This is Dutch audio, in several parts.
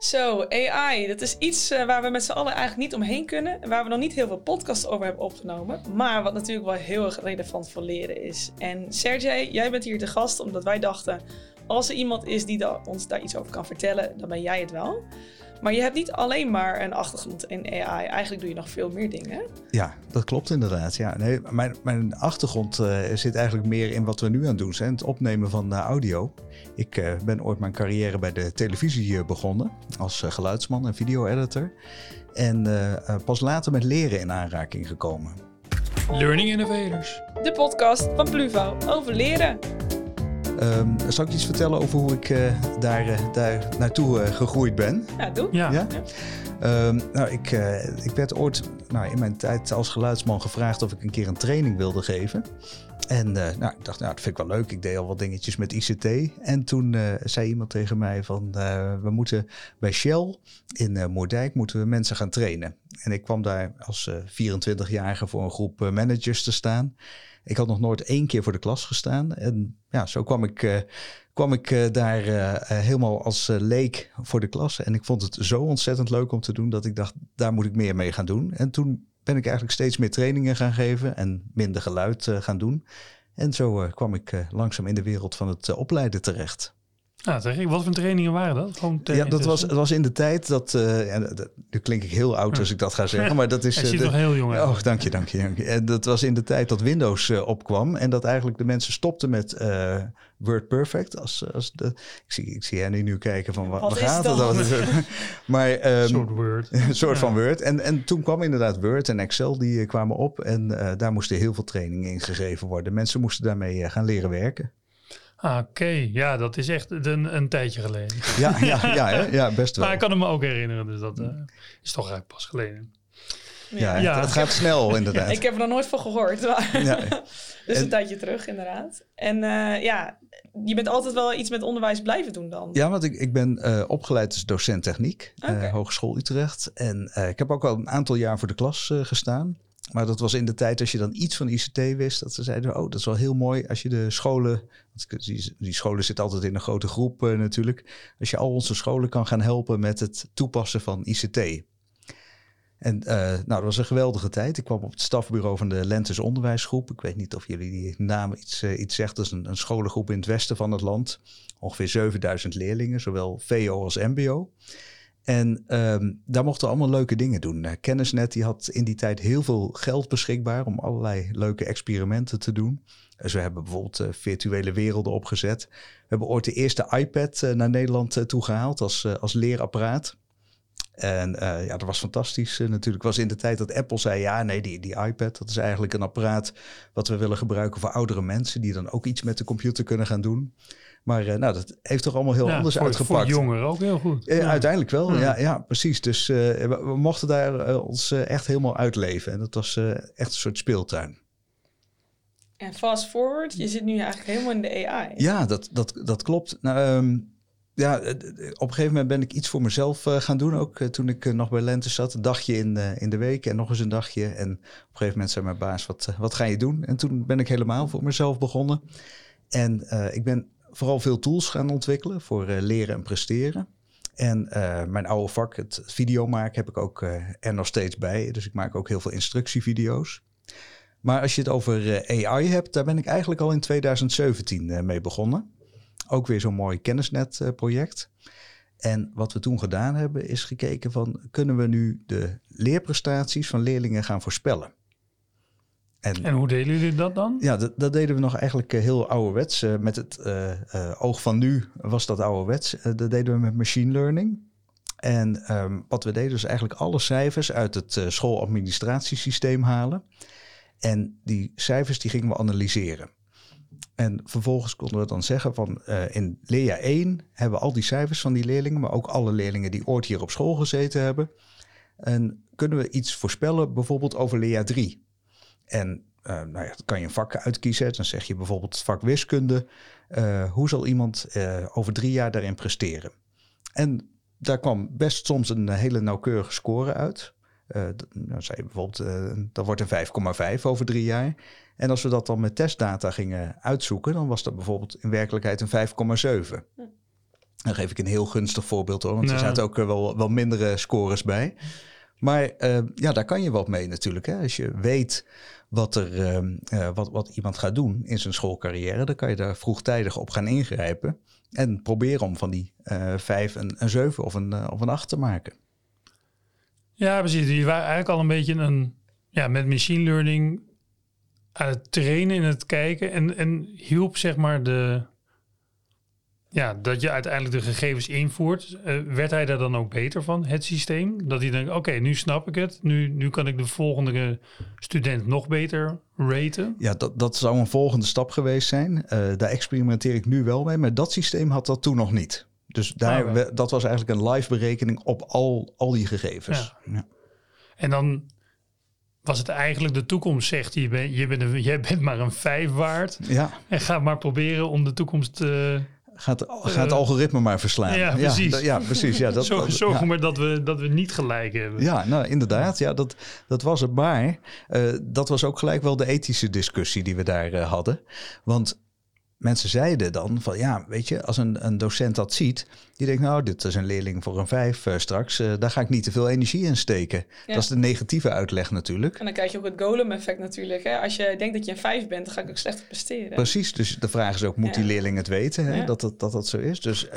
Zo, AI, dat is iets waar we met z'n allen eigenlijk niet omheen kunnen. En waar we nog niet heel veel podcasts over hebben opgenomen. Maar wat natuurlijk wel heel erg relevant voor leren is. En Sergej, jij bent hier te gast omdat wij dachten, als er iemand is die ons daar iets over kan vertellen, dan ben jij het wel. Maar je hebt niet alleen maar een achtergrond in AI. Eigenlijk doe je nog veel meer dingen. Ja, dat klopt inderdaad. Ja, nee, mijn achtergrond zit eigenlijk meer in wat we nu aan het doen zijn. Het opnemen van audio. Ik ben ooit mijn carrière bij de televisie begonnen. Als geluidsman en video-editor. En pas later met leren in aanraking gekomen. Learning Innovators. De podcast van Pluvo over leren. Zal ik iets vertellen over hoe ik daar naartoe gegroeid ben? Ja, doe. Ja. Ik werd ooit in mijn tijd als geluidsman gevraagd of ik een keer een training wilde geven. En ik dacht, dat vind ik wel leuk. Ik deed al wat dingetjes met ICT. En toen zei iemand tegen mij van, we moeten bij Shell in Moerdijk moeten we mensen gaan trainen. En ik kwam daar als 24-jarige voor een groep managers te staan. Ik had nog nooit 1 keer voor de klas gestaan. En ja, zo kwam ik daar helemaal als leek voor de klas. En ik vond het zo ontzettend leuk om te doen dat ik dacht, daar moet ik meer mee gaan doen. En toen ben ik eigenlijk steeds meer trainingen gaan geven en minder geluid gaan doen. En zo kwam ik langzaam in de wereld van het opleiden terecht. Ja, wat voor trainingen waren dat? Dat was in de tijd dat... nu klink ik heel oud als ik dat ga zeggen, maar dat is... Hij ziet nog heel jong uit. Oh, dank je. En dat was in de tijd dat Windows opkwam en dat eigenlijk de mensen stopten met WordPerfect. Ik zie Henny nu kijken van wat gaat het dan? Maar, een soort van Word. En toen kwam inderdaad Word en Excel, die kwamen op en daar moesten heel veel trainingen in gegeven worden. Mensen moesten daarmee gaan leren werken. Oké. Ja, dat is echt een tijdje geleden. Ja, best wel. Maar ik kan het me ook herinneren, dus dat is toch eigenlijk pas geleden. Ja, het gaat snel inderdaad. Ik heb er nog nooit van gehoord. Dus een tijdje terug inderdaad. En je bent altijd wel iets met onderwijs blijven doen dan? Ja, want ik ben opgeleid als docent techniek, Hogeschool Utrecht. En ik heb ook al een aantal jaar voor de klas gestaan. Maar dat was in de tijd als je dan iets van ICT wist, dat ze zeiden, dat is wel heel mooi als je de scholen, die scholen zitten altijd in een grote groep natuurlijk, als je al onze scholen kan gaan helpen met het toepassen van ICT. En dat was een geweldige tijd. Ik kwam op het stafbureau van de Lentes Onderwijsgroep. Ik weet niet of jullie die naam iets zegt. Dat is een scholengroep in het westen van het land. Ongeveer 7000 leerlingen, zowel VO als MBO. En daar mochten we allemaal leuke dingen doen. Kennisnet die had in die tijd heel veel geld beschikbaar om allerlei leuke experimenten te doen. Dus we hebben bijvoorbeeld virtuele werelden opgezet. We hebben ooit de eerste iPad naar Nederland toegehaald als leerapparaat. En dat was fantastisch. Natuurlijk was in de tijd dat Apple zei, die iPad, dat is eigenlijk een apparaat wat we willen gebruiken voor oudere mensen die dan ook iets met de computer kunnen gaan doen. Maar dat heeft toch allemaal heel anders uitgepakt. Voor jongeren ook heel goed. Uiteindelijk wel, ja precies. Dus we mochten daar ons echt helemaal uitleven. En dat was echt een soort speeltuin. En fast forward, je zit nu eigenlijk helemaal in de AI. Ja, dat klopt. Op een gegeven moment ben ik iets voor mezelf gaan doen. Ook toen ik nog bij Lentes zat. Een dagje in de week en nog eens een dagje. En op een gegeven moment zei mijn baas, wat ga je doen? En toen ben ik helemaal voor mezelf begonnen. En ik ben vooral veel tools gaan ontwikkelen voor leren en presteren. En mijn oude vak, het video maken, heb ik ook er nog steeds bij. Dus ik maak ook heel veel instructievideo's. Maar als je het over AI hebt, daar ben ik eigenlijk al in 2017 mee begonnen. Ook weer zo'n mooi kennisnet-project. En wat we toen gedaan hebben, is gekeken van, kunnen we nu de leerprestaties van leerlingen gaan voorspellen? En hoe deden jullie dat dan? Ja, dat deden we nog eigenlijk heel ouderwets. Met het oog van nu was dat ouderwets. Dat deden we met machine learning. En wat we deden is eigenlijk alle cijfers uit het schooladministratiesysteem halen. En die cijfers die gingen we analyseren. En vervolgens konden we dan zeggen van in leerjaar 1 hebben we al die cijfers van die leerlingen, maar ook alle leerlingen die ooit hier op school gezeten hebben. En kunnen we iets voorspellen bijvoorbeeld over leerjaar 3? En dan kan je een vak uitkiezen. Dan zeg je bijvoorbeeld het vak wiskunde. Hoe zal iemand over 3 jaar daarin presteren? En daar kwam best soms een hele nauwkeurige score uit. Dan zei je bijvoorbeeld, dat wordt een 5,5 over 3 jaar. En als we dat dan met testdata gingen uitzoeken, dan was dat bijvoorbeeld in werkelijkheid een 5,7. Dan geef ik een heel gunstig voorbeeld hoor, want er zaten ook wel mindere scores bij. Maar daar kan je wat mee natuurlijk. Hè? Als je weet wat iemand gaat doen in zijn schoolcarrière, dan kan je daar vroegtijdig op gaan ingrijpen. En proberen om van die 5 een 7 of een 8 te maken. Ja, precies. Die waren eigenlijk al een beetje met machine learning aan het trainen in het kijken. En hielp zeg maar dat je uiteindelijk de gegevens invoert. Werd hij daar dan ook beter van, het systeem? Dat hij denkt, oké, nu snap ik het. Nu kan ik de volgende student nog beter raten. Ja, dat zou een volgende stap geweest zijn. Daar experimenteer ik nu wel mee. Maar dat systeem had dat toen nog niet. Dus dat was eigenlijk een live berekening op al die gegevens. Ja. En dan was het eigenlijk de toekomst zegt, jij bent maar een 5 waard. Ja. En ga maar proberen om de toekomst... Gaat het algoritme maar verslaan. Ja, precies. Precies. Ja, Zorg maar dat we niet gelijk hebben. Ja, nou inderdaad. Ja, dat was het. Maar dat was ook gelijk wel de ethische discussie die we daar hadden. Want mensen zeiden dan van ja, weet je, als een docent dat ziet, die denkt nou, dit is een leerling voor een 5 straks. Daar ga ik niet te veel energie in steken. Ja. Dat is de negatieve uitleg natuurlijk. En dan krijg je ook het golem-effect natuurlijk. Hè? Als je denkt dat je een 5 bent, dan ga ik ook slechter presteren. Precies, dus de vraag is ook, moet die leerling het weten hè? Dat zo is? Dus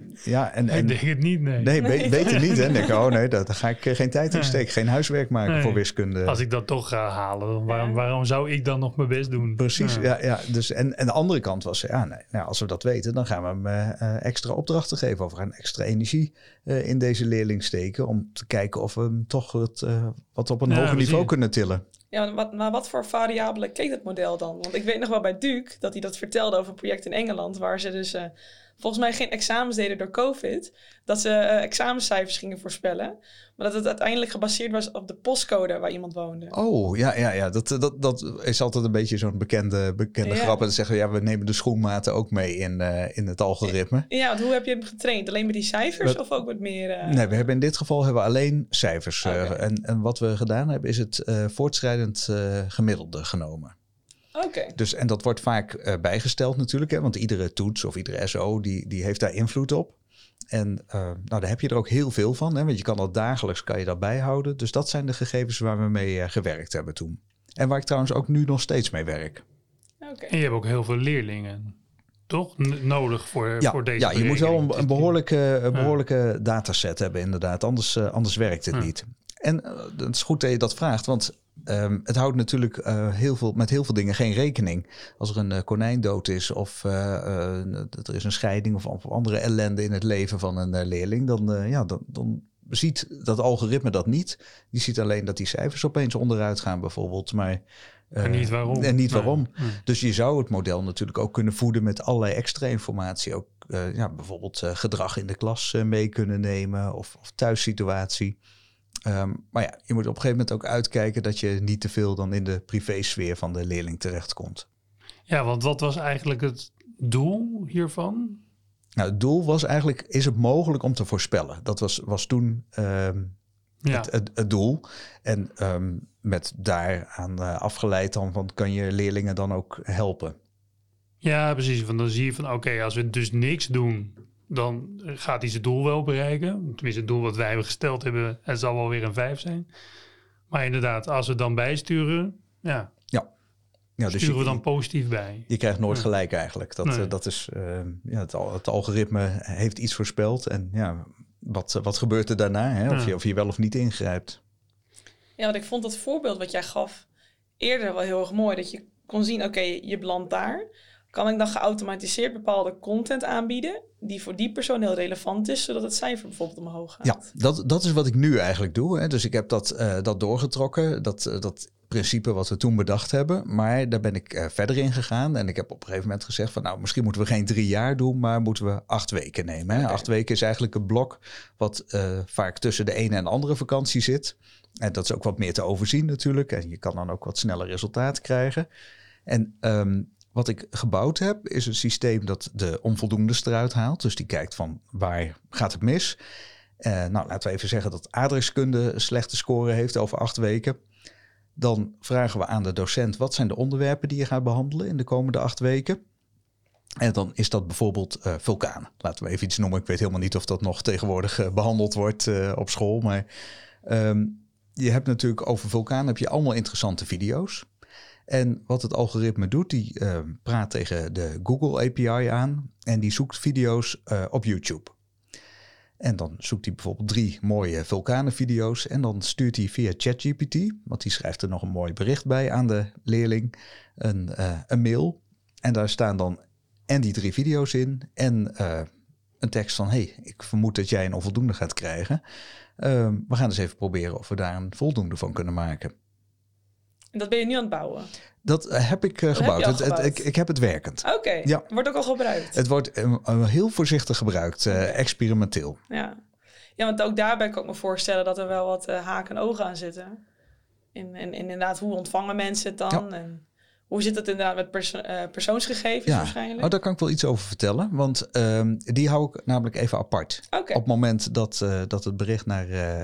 ik denk het niet, nee. Nee, weet het niet. Hè? Dan denk ik, daar ga ik geen tijd in steken. Geen huiswerk maken voor wiskunde. Als ik dat toch ga halen, waarom zou ik dan nog mijn best doen? Precies, ja. Dus, en de andere kant was, als we dat weten, dan gaan we hem extra opdrachten geven. Of we gaan extra energie in deze leerling steken om te kijken of we hem toch wat op een hoger niveau kunnen tillen. Ja, maar wat voor variabelen keek het model dan? Want ik weet nog wel bij Duke dat hij dat vertelde over een project in Engeland, waar ze dus volgens mij geen examens deden door COVID. Dat ze examencijfers gingen voorspellen. Maar dat het uiteindelijk gebaseerd was op de postcode waar iemand woonde. Oh, ja. Dat is altijd een beetje zo'n bekende grap. En dan zeggen we nemen de schoenmaten ook mee in het algoritme. Ja, want hoe heb je hem getraind? Alleen met die cijfers of ook met meer... Nee, we hebben in dit geval alleen cijfers. Okay. En wat we gedaan hebben is het voortschrijdend gemiddelde genomen. Okay. Dus, en dat wordt vaak bijgesteld natuurlijk. Hè, want iedere toets of iedere SO die heeft daar invloed op. En daar heb je er ook heel veel van. Hè, want je kan dat dagelijks bijhouden. Dus dat zijn de gegevens waar we mee gewerkt hebben toen. En waar ik trouwens ook nu nog steeds mee werk. Okay. En je hebt ook heel veel leerlingen, toch? Nodig voor deze Ja, je moet wel een behoorlijke dataset hebben inderdaad. Anders werkt het niet. En het is goed dat je dat vraagt, want het houdt natuurlijk met heel veel dingen geen rekening. Als er een konijn dood is of er is een scheiding of andere ellende in het leven van een leerling, dan ziet dat algoritme dat niet. Die ziet alleen dat die cijfers opeens onderuit gaan bijvoorbeeld, maar niet waarom. En niet waarom. Nee. Dus je zou het model natuurlijk ook kunnen voeden met allerlei extra informatie. Ook bijvoorbeeld gedrag in de klas mee kunnen nemen of thuissituatie. Maar je moet op een gegeven moment ook uitkijken dat je niet te veel dan in de privésfeer van de leerling terechtkomt. Ja, want wat was eigenlijk het doel hiervan? Nou, het doel was eigenlijk, is het mogelijk om te voorspellen? Dat was toen het doel. En met daaraan afgeleid dan van kan je leerlingen dan ook helpen. Ja, precies. Want dan zie je van oké, als we dus niks doen, dan gaat hij zijn doel wel bereiken. Tenminste, het doel wat wij hebben gesteld hebben, het zal wel weer een 5 zijn. Maar inderdaad, als we dan bijsturen, dus sturen we dan positief bij. Je krijgt nooit gelijk eigenlijk. Dat is, het algoritme heeft iets voorspeld. En wat gebeurt er daarna? Hè? Of je wel of niet ingrijpt. Ja, want ik vond dat voorbeeld wat jij gaf eerder wel heel erg mooi. Dat je kon zien, oké, je belandt daar. Kan ik dan geautomatiseerd bepaalde content aanbieden die voor die persoon heel relevant is, zodat het cijfer bijvoorbeeld omhoog gaat? Ja, dat is wat ik nu eigenlijk doe. Hè. Dus ik heb dat doorgetrokken, dat principe wat we toen bedacht hebben. Maar daar ben ik verder in gegaan. En ik heb op een gegeven moment gezegd van nou, misschien moeten we geen 3 jaar doen, maar moeten we 8 weken nemen. Hè. Okay. 8 weken is eigenlijk een blok wat vaak tussen de ene en de andere vakantie zit. En dat is ook wat meer te overzien natuurlijk. En je kan dan ook wat sneller resultaten krijgen. En wat ik gebouwd heb, is een systeem dat de onvoldoendes eruit haalt. Dus die kijkt van waar gaat het mis. Laten we even zeggen dat aardrijkskunde een slechte score heeft over 8 weken. Dan vragen we aan de docent, wat zijn de onderwerpen die je gaat behandelen in de komende 8 weken? En dan is dat bijvoorbeeld vulkanen. Laten we even iets noemen. Ik weet helemaal niet of dat nog tegenwoordig behandeld wordt op school. Maar je hebt natuurlijk over vulkanen heb je allemaal interessante video's. En wat het algoritme doet, die praat tegen de Google API aan. En die zoekt video's op YouTube. En dan zoekt hij bijvoorbeeld 3 mooie vulkanenvideo's. En dan stuurt hij via ChatGPT, want die schrijft er nog een mooi bericht bij aan de leerling, een mail. En daar staan dan en die 3 video's in en een tekst van, hey, ik vermoed dat jij een onvoldoende gaat krijgen. We gaan eens even proberen of we daar een voldoende van kunnen maken. En dat ben je nu aan het bouwen? Dat heb ik gebouwd. Heb je al gebouwd? Ik heb het werkend. Oké, Ja. Wordt ook al gebruikt? Het wordt heel voorzichtig gebruikt, experimenteel. Ja, want ook daarbij kan ik me voorstellen dat er wel wat haken en ogen aan zitten. En inderdaad, hoe ontvangen mensen het dan? Ja. En hoe zit het inderdaad met persoonsgegevens waarschijnlijk? Oh, daar kan ik wel iets over vertellen. Want die hou ik namelijk even apart. Okay. Op het moment dat het bericht naar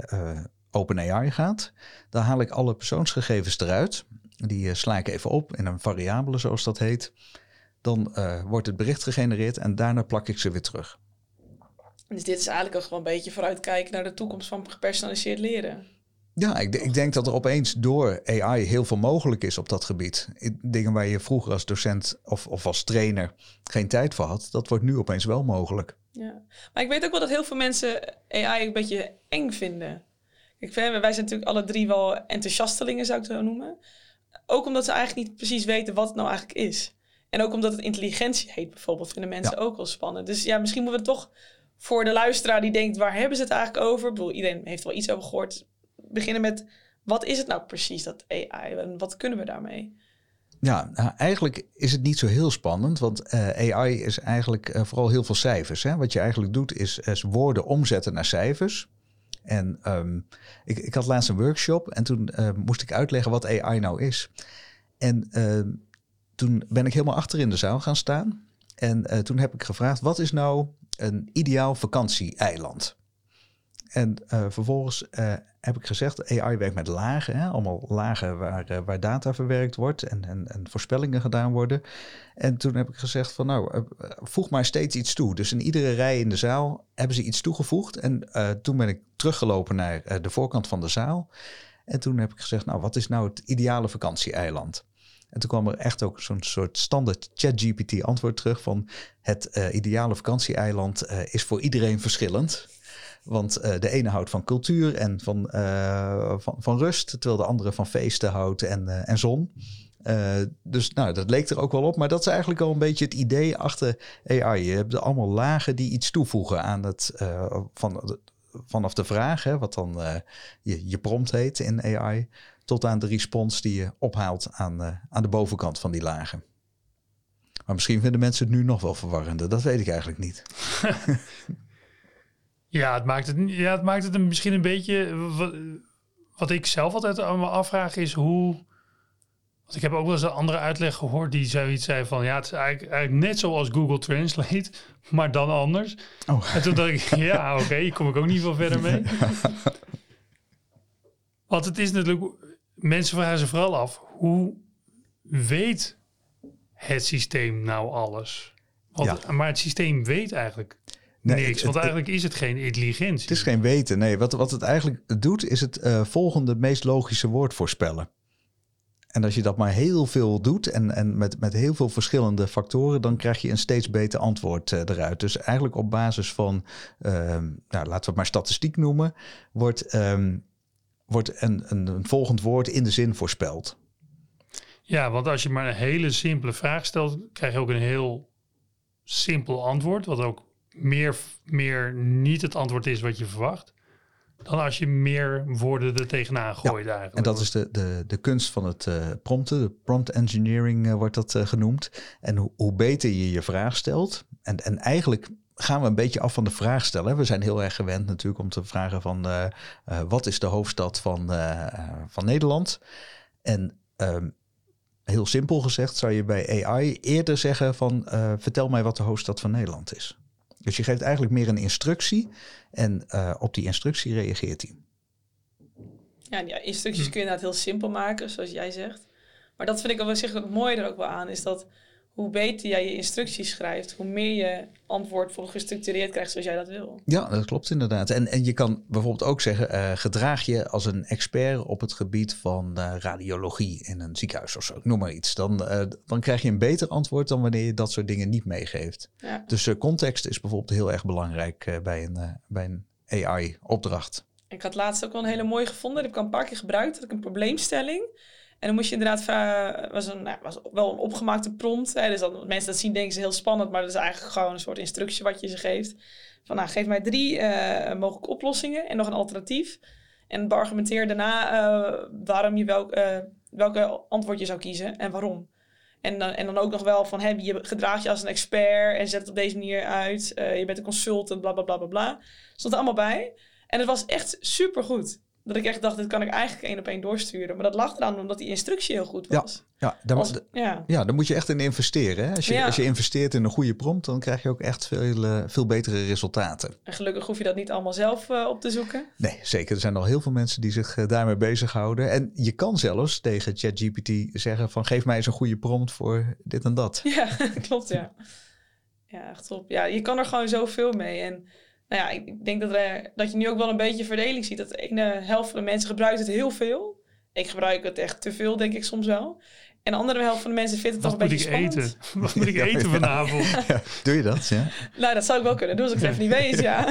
OpenAI gaat, dan haal ik alle persoonsgegevens eruit. Die sla ik even op in een variabele, zoals dat heet. Dan wordt het bericht gegenereerd en daarna plak ik ze weer terug. Dus dit is eigenlijk ook gewoon een beetje vooruitkijken naar de toekomst van gepersonaliseerd leren. Ja, ik denk dat er opeens door AI heel veel mogelijk is op dat gebied. Dingen waar je vroeger als docent of als trainer geen tijd voor had, dat wordt nu opeens wel mogelijk. Ja, maar ik weet ook wel dat heel veel mensen AI een beetje eng vinden. Wij zijn natuurlijk alle 3 wel enthousiastelingen, zou ik het zo noemen. Ook omdat ze eigenlijk niet precies weten wat het nou eigenlijk is. En ook omdat het intelligentie heet bijvoorbeeld, vinden mensen ook wel spannend. Dus ja, misschien moeten we het toch voor de luisteraar die denkt, waar hebben ze het eigenlijk over? Ik bedoel, iedereen heeft er wel iets over gehoord. Beginnen met, wat is het nou precies, dat AI? En wat kunnen we daarmee? Ja, nou, eigenlijk is het niet zo heel spannend, want AI is eigenlijk vooral heel veel cijfers. Hè? Wat je eigenlijk doet is woorden omzetten naar cijfers. En ik had laatst een workshop en toen moest ik uitleggen wat AI nou is. En toen ben ik helemaal achter in de zaal gaan staan. En toen heb ik gevraagd, wat is nou een ideaal vakantieeiland? En vervolgens heb ik gezegd, AI werkt met lagen. Hè? Allemaal lagen waar data verwerkt wordt en voorspellingen gedaan worden. En toen heb ik gezegd van voeg maar steeds iets toe. Dus in iedere rij in de zaal hebben ze iets toegevoegd. En toen ben ik teruggelopen naar de voorkant van de zaal. En toen heb ik gezegd, wat is nou het ideale vakantieeiland? En toen kwam er echt ook zo'n soort standaard ChatGPT antwoord terug van het ideale vakantieeiland is voor iedereen verschillend. Want de ene houdt van cultuur en van rust, terwijl de andere van feesten houdt en zon. Dus dat leek er ook wel op. Maar dat is eigenlijk al een beetje het idee achter AI. Je hebt allemaal lagen die iets toevoegen aan het vanaf de vraag, hè, wat dan je prompt heet in AI, tot aan de respons die je ophaalt aan de bovenkant van die lagen. Maar misschien vinden mensen het nu nog wel verwarrender. Dat weet ik eigenlijk niet. Ja, het maakt het misschien een beetje. Wat ik zelf altijd aan me afvraag is hoe. Want ik heb ook wel eens een andere uitleg gehoord die zoiets zei van het is eigenlijk net zoals Google Translate, maar dan anders. Oh. En toen dacht ik, hier kom ik ook niet veel verder mee. Want het is natuurlijk, mensen vragen zich vooral af, hoe weet het systeem nou alles? Maar het systeem weet eigenlijk niks, want eigenlijk is het geen intelligentie. Het is geen weten, nee. Wat het eigenlijk doet, is het volgende meest logische woord voorspellen. En als je dat maar heel veel doet en met heel veel verschillende factoren, dan krijg je een steeds beter antwoord eruit. Dus eigenlijk op basis van, laten we het maar statistiek noemen, wordt een volgend woord in de zin voorspeld. Ja, want als je maar een hele simpele vraag stelt, krijg je ook een heel simpel antwoord, wat ook meer niet het antwoord is wat je verwacht, dan als je meer woorden er tegenaan gooit eigenlijk. En dat is de kunst van het prompten. De prompt engineering wordt dat genoemd. En hoe beter je je vraag stelt. En eigenlijk gaan we een beetje af van de vraag stellen. We zijn heel erg gewend natuurlijk om te vragen van wat is de hoofdstad van Nederland? En heel simpel gezegd zou je bij AI eerder zeggen van vertel mij wat de hoofdstad van Nederland is. Dus je geeft eigenlijk meer een instructie en op die instructie reageert hij. Ja, die instructies kun je inderdaad heel simpel maken, zoals jij zegt. Maar dat vind ik op zich het mooie er ook wel aan, is dat hoe beter jij je instructies schrijft, hoe meer je antwoord volgens gestructureerd krijgt zoals jij dat wil. Ja, dat klopt inderdaad. En je kan bijvoorbeeld ook zeggen, gedraag je als een expert op het gebied van radiologie in een ziekenhuis of zo. Noem maar iets. Dan krijg je een beter antwoord dan wanneer je dat soort dingen niet meegeeft. Ja. Dus context is bijvoorbeeld heel erg belangrijk bij een AI-opdracht. Ik had laatst ook wel een hele mooie gevonden. Die heb ik al een paar keer gebruikt. Had ik een probleemstelling. En dan moest je inderdaad... was wel een opgemaakte prompt. Hè? Dus als mensen dat zien, denken ze heel spannend. Maar dat is eigenlijk gewoon een soort instructie wat je ze geeft. Van geef mij 3 mogelijke oplossingen en nog een alternatief. En beargumenteer daarna waarom je welke antwoord je zou kiezen en waarom. En dan ook nog wel van, je gedraagt je als een expert en zet het op deze manier uit. Je bent een consultant, bla bla bla bla bla. Stond er allemaal bij. En het was echt supergoed. Dat ik echt dacht, dit kan ik eigenlijk 1-op-1 doorsturen. Maar dat lag eraan omdat die instructie heel goed was. Daar moet je echt in investeren. Hè? Als je investeert in een goede prompt, dan krijg je ook echt veel betere resultaten. En gelukkig hoef je dat niet allemaal zelf op te zoeken. Nee, zeker. Er zijn al heel veel mensen die zich daarmee bezighouden. En je kan zelfs tegen ChatGPT zeggen van, geef mij eens een goede prompt voor dit en dat. Ja, klopt, ja. Ja, echt top. Ja, je kan er gewoon zoveel mee. En ik denk dat je nu ook wel een beetje verdeling ziet. Dat de ene helft van de mensen gebruikt het heel veel. Ik gebruik het echt te veel, denk ik soms wel. En de andere helft van de mensen vindt het toch een beetje spannend. Wat moet ik eten vanavond? Ja, doe je dat, ja? Nou, dat zou ik wel kunnen doen als ik het even niet weet, ja.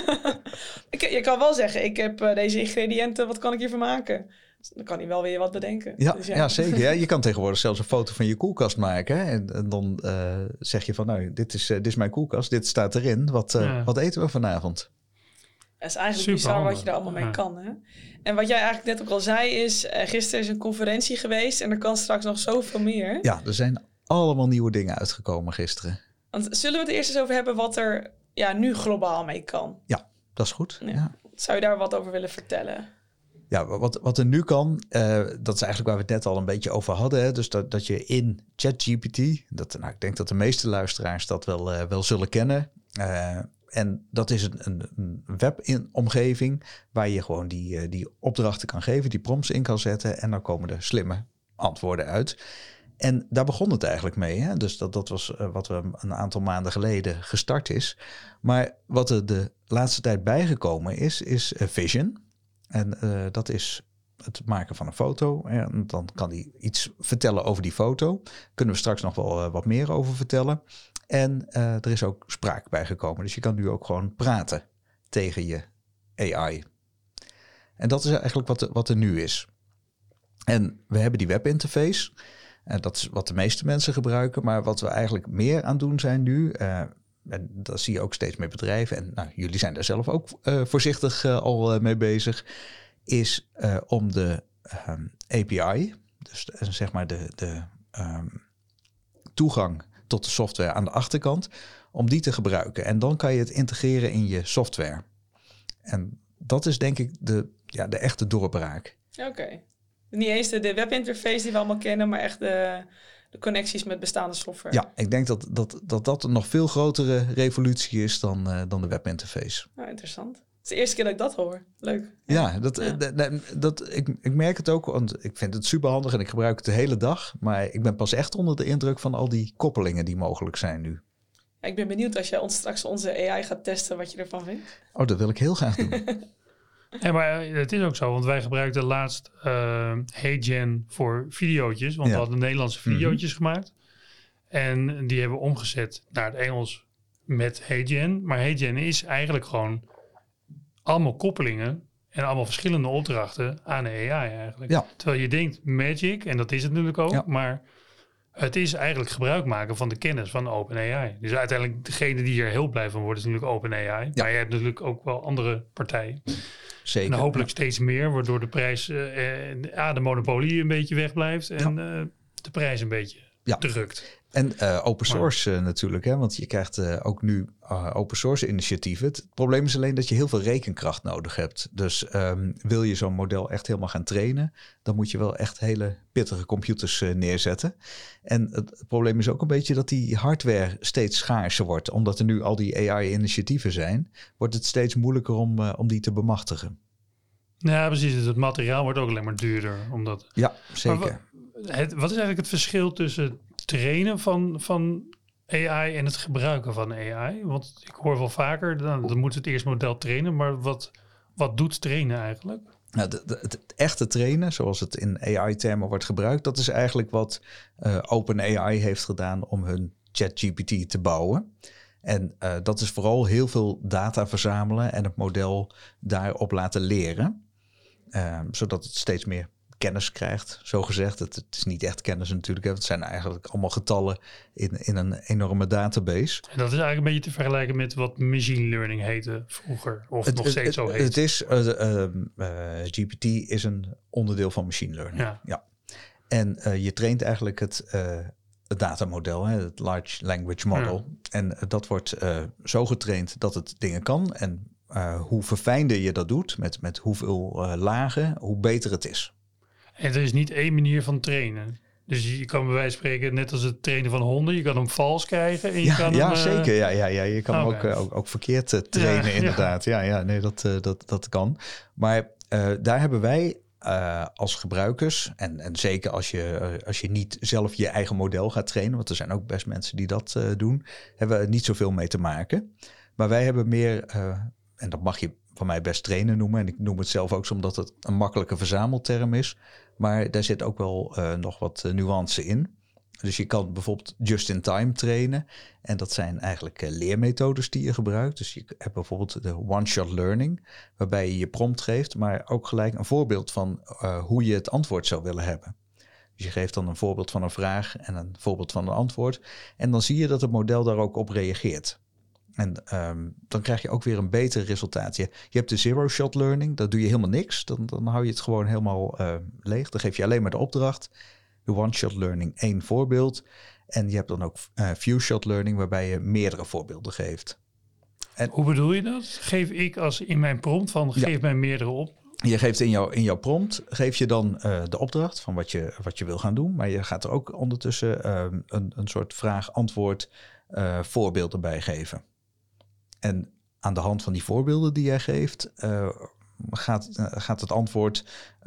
Je kan wel zeggen, ik heb deze ingrediënten, wat kan ik hiervan maken? Dan kan hij wel weer wat bedenken. Ja, dus ja, zeker. Ja. Je kan tegenwoordig zelfs een foto van je koelkast maken. Hè? En dan zeg je van, nou, dit is mijn koelkast. Dit staat erin. Wat eten we vanavond? Dat is eigenlijk bizar wat je er allemaal mee kan. Hè? En wat jij eigenlijk net ook al zei is, gisteren is een conferentie geweest. En er kan straks nog zoveel meer. Ja, er zijn allemaal nieuwe dingen uitgekomen gisteren. Want zullen we het eerst eens over hebben wat er nu globaal mee kan? Ja, dat is goed. Ja. Zou je daar wat over willen vertellen? Ja, wat er nu kan, dat is eigenlijk waar we het net al een beetje over hadden. Hè? Dus dat je in ChatGPT, ik denk dat de meeste luisteraars dat wel zullen kennen. En dat is een webomgeving waar je gewoon die opdrachten kan geven, die prompts in kan zetten. En dan komen er slimme antwoorden uit. En daar begon het eigenlijk mee. Hè? Dus dat was wat we een aantal maanden geleden gestart is. Maar wat er de laatste tijd bijgekomen is Vision. En dat is het maken van een foto. En dan kan hij iets vertellen over die foto. Kunnen we straks nog wel wat meer over vertellen. En er is ook spraak bijgekomen. Dus je kan nu ook gewoon praten tegen je AI. En dat is eigenlijk wat er nu is. En we hebben die webinterface. Dat is wat de meeste mensen gebruiken. Maar wat we eigenlijk meer aan doen zijn nu... en dat zie je ook steeds meer bedrijven. En jullie zijn daar zelf ook voorzichtig al mee bezig. Is om de API, dus zeg maar de toegang tot de software aan de achterkant, om die te gebruiken. En dan kan je het integreren in je software. En dat is denk ik de echte doorbraak. Oké. Niet eens de webinterface die we allemaal kennen, maar echt de connecties met bestaande software. Ja, ik denk dat een nog veel grotere revolutie is dan de webinterface. Nou, interessant. Het is de eerste keer dat ik dat hoor. Leuk. Ja, ik merk het ook, want ik vind het super handig en ik gebruik het de hele dag. Maar ik ben pas echt onder de indruk van al die koppelingen die mogelijk zijn nu. Ja, ik ben benieuwd als jij straks onze AI gaat testen wat je ervan vindt. Oh, dat wil ik heel graag doen. Ja, maar het is ook zo, want wij gebruikten laatst HeyGen voor videootjes. Want we hadden Nederlandse videootjes gemaakt. En die hebben we omgezet naar het Engels met HeyGen. Maar HeyGen is eigenlijk gewoon allemaal koppelingen en allemaal verschillende opdrachten aan de AI eigenlijk. Ja. Terwijl je denkt Magic, en dat is het natuurlijk ook, maar het is eigenlijk gebruik maken van de kennis van OpenAI. Dus uiteindelijk degene die er heel blij van wordt is natuurlijk OpenAI. Ja. Maar je hebt natuurlijk ook wel andere partijen. Zeker. En hopelijk steeds meer, waardoor de prijs, de monopolie een beetje wegblijft en de prijs een beetje drukt. En open source natuurlijk, hè? Want je krijgt ook nu open source initiatieven. Het probleem is alleen dat je heel veel rekenkracht nodig hebt. Dus wil je zo'n model echt helemaal gaan trainen, dan moet je wel echt hele pittige computers neerzetten. En het probleem is ook een beetje dat die hardware steeds schaarser wordt. Omdat er nu al die AI-initiatieven zijn, wordt het steeds moeilijker om die te bemachtigen. Ja, precies. Dus het materiaal wordt ook alleen maar duurder. Ja, zeker. Wat is eigenlijk het verschil tussen trainen van AI en het gebruiken van AI? Want ik hoor wel vaker, dan moet het eerst model trainen. Maar wat doet trainen eigenlijk? Nou, het echte trainen, zoals het in AI-termen wordt gebruikt, dat is eigenlijk wat OpenAI heeft gedaan om hun ChatGPT te bouwen. En dat is vooral heel veel data verzamelen en het model daarop laten leren. Zodat het steeds meer kennis krijgt, zogezegd. Het is niet echt kennis natuurlijk. Het zijn eigenlijk allemaal getallen in een enorme database. En dat is eigenlijk een beetje te vergelijken met wat machine learning heette vroeger. Of nog steeds zo heet. Het is, GPT is een onderdeel van machine learning. Ja. En je traint eigenlijk het datamodel, het Large Language Model. Ja. En dat wordt zo getraind dat het dingen kan. En hoe verfijnder je dat doet, met hoeveel lagen, hoe beter het is. En er is niet één manier van trainen. Dus je kan bij wijze van spreken, net als het trainen van honden, je kan hem vals krijgen. En je kan hem, zeker. Ja, je kan hem ook verkeerd trainen, inderdaad. Ja, nee, dat kan. Maar daar hebben wij als gebruikers, en zeker als je niet zelf je eigen model gaat trainen, want er zijn ook best mensen die dat doen, hebben we niet zoveel mee te maken. Maar wij hebben meer, en dat mag je van mij best trainen noemen, en ik noem het zelf ook omdat het een makkelijke verzamelterm is, maar daar zit ook wel nog wat nuance in. Dus je kan bijvoorbeeld just-in-time trainen. En dat zijn eigenlijk leermethodes die je gebruikt. Dus je hebt bijvoorbeeld de one-shot learning, waarbij je je prompt geeft, maar ook gelijk een voorbeeld van hoe je het antwoord zou willen hebben. Dus je geeft dan een voorbeeld van een vraag en een voorbeeld van een antwoord. En dan zie je dat het model daar ook op reageert. En dan krijg je ook weer een beter resultaat. Je hebt de zero-shot learning, daar doe je helemaal niks. Dan hou je het gewoon helemaal leeg. Dan geef je alleen maar de opdracht. De one-shot learning 1 voorbeeld. En je hebt dan ook few-shot learning, waarbij je meerdere voorbeelden geeft. En hoe bedoel je dat? Geef ik als in mijn prompt van geef mij meerdere op? Je geeft in jouw prompt, geef je dan de opdracht van wat je wil gaan doen. Maar je gaat er ook ondertussen een soort vraag-antwoord voorbeelden bij geven. En aan de hand van die voorbeelden die jij geeft, gaat het antwoord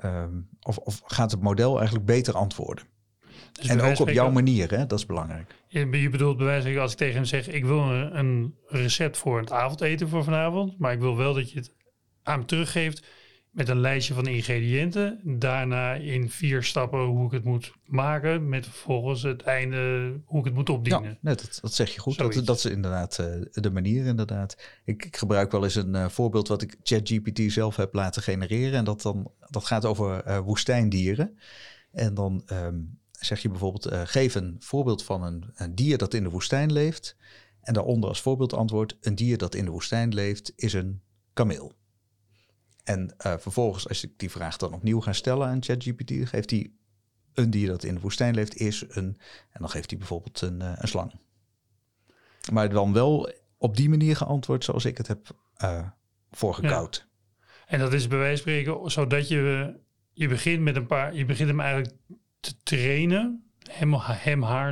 of gaat het model eigenlijk beter antwoorden. Dus en ook op jouw manier, hè? Dat is belangrijk. Je bedoelt bij wijze van als ik tegen hem zeg, ik wil een recept voor het avondeten voor vanavond, maar ik wil wel dat je het aan hem teruggeeft met een lijstje van ingrediënten. Daarna in 4 stappen hoe ik het moet maken, met vervolgens het einde hoe ik het moet opdienen. Ja, dat zeg je goed. Dat is inderdaad de manier inderdaad. Ik gebruik wel eens een voorbeeld wat ik ChatGPT zelf heb laten genereren. En dat gaat over woestijndieren. En dan zeg je bijvoorbeeld, geef een voorbeeld van een dier dat in de woestijn leeft. En daaronder als voorbeeldantwoord, een dier dat in de woestijn leeft is een kameel. En vervolgens, als ik die vraag dan opnieuw ga stellen aan ChatGPT, geeft hij een dier dat in de woestijn leeft is een, en dan geeft hij bijvoorbeeld een slang. Maar dan wel op die manier geantwoord zoals ik het heb voorgekoud. Ja. En dat is bij wijze van spreken zodat je begint met je begint hem eigenlijk te trainen, haar.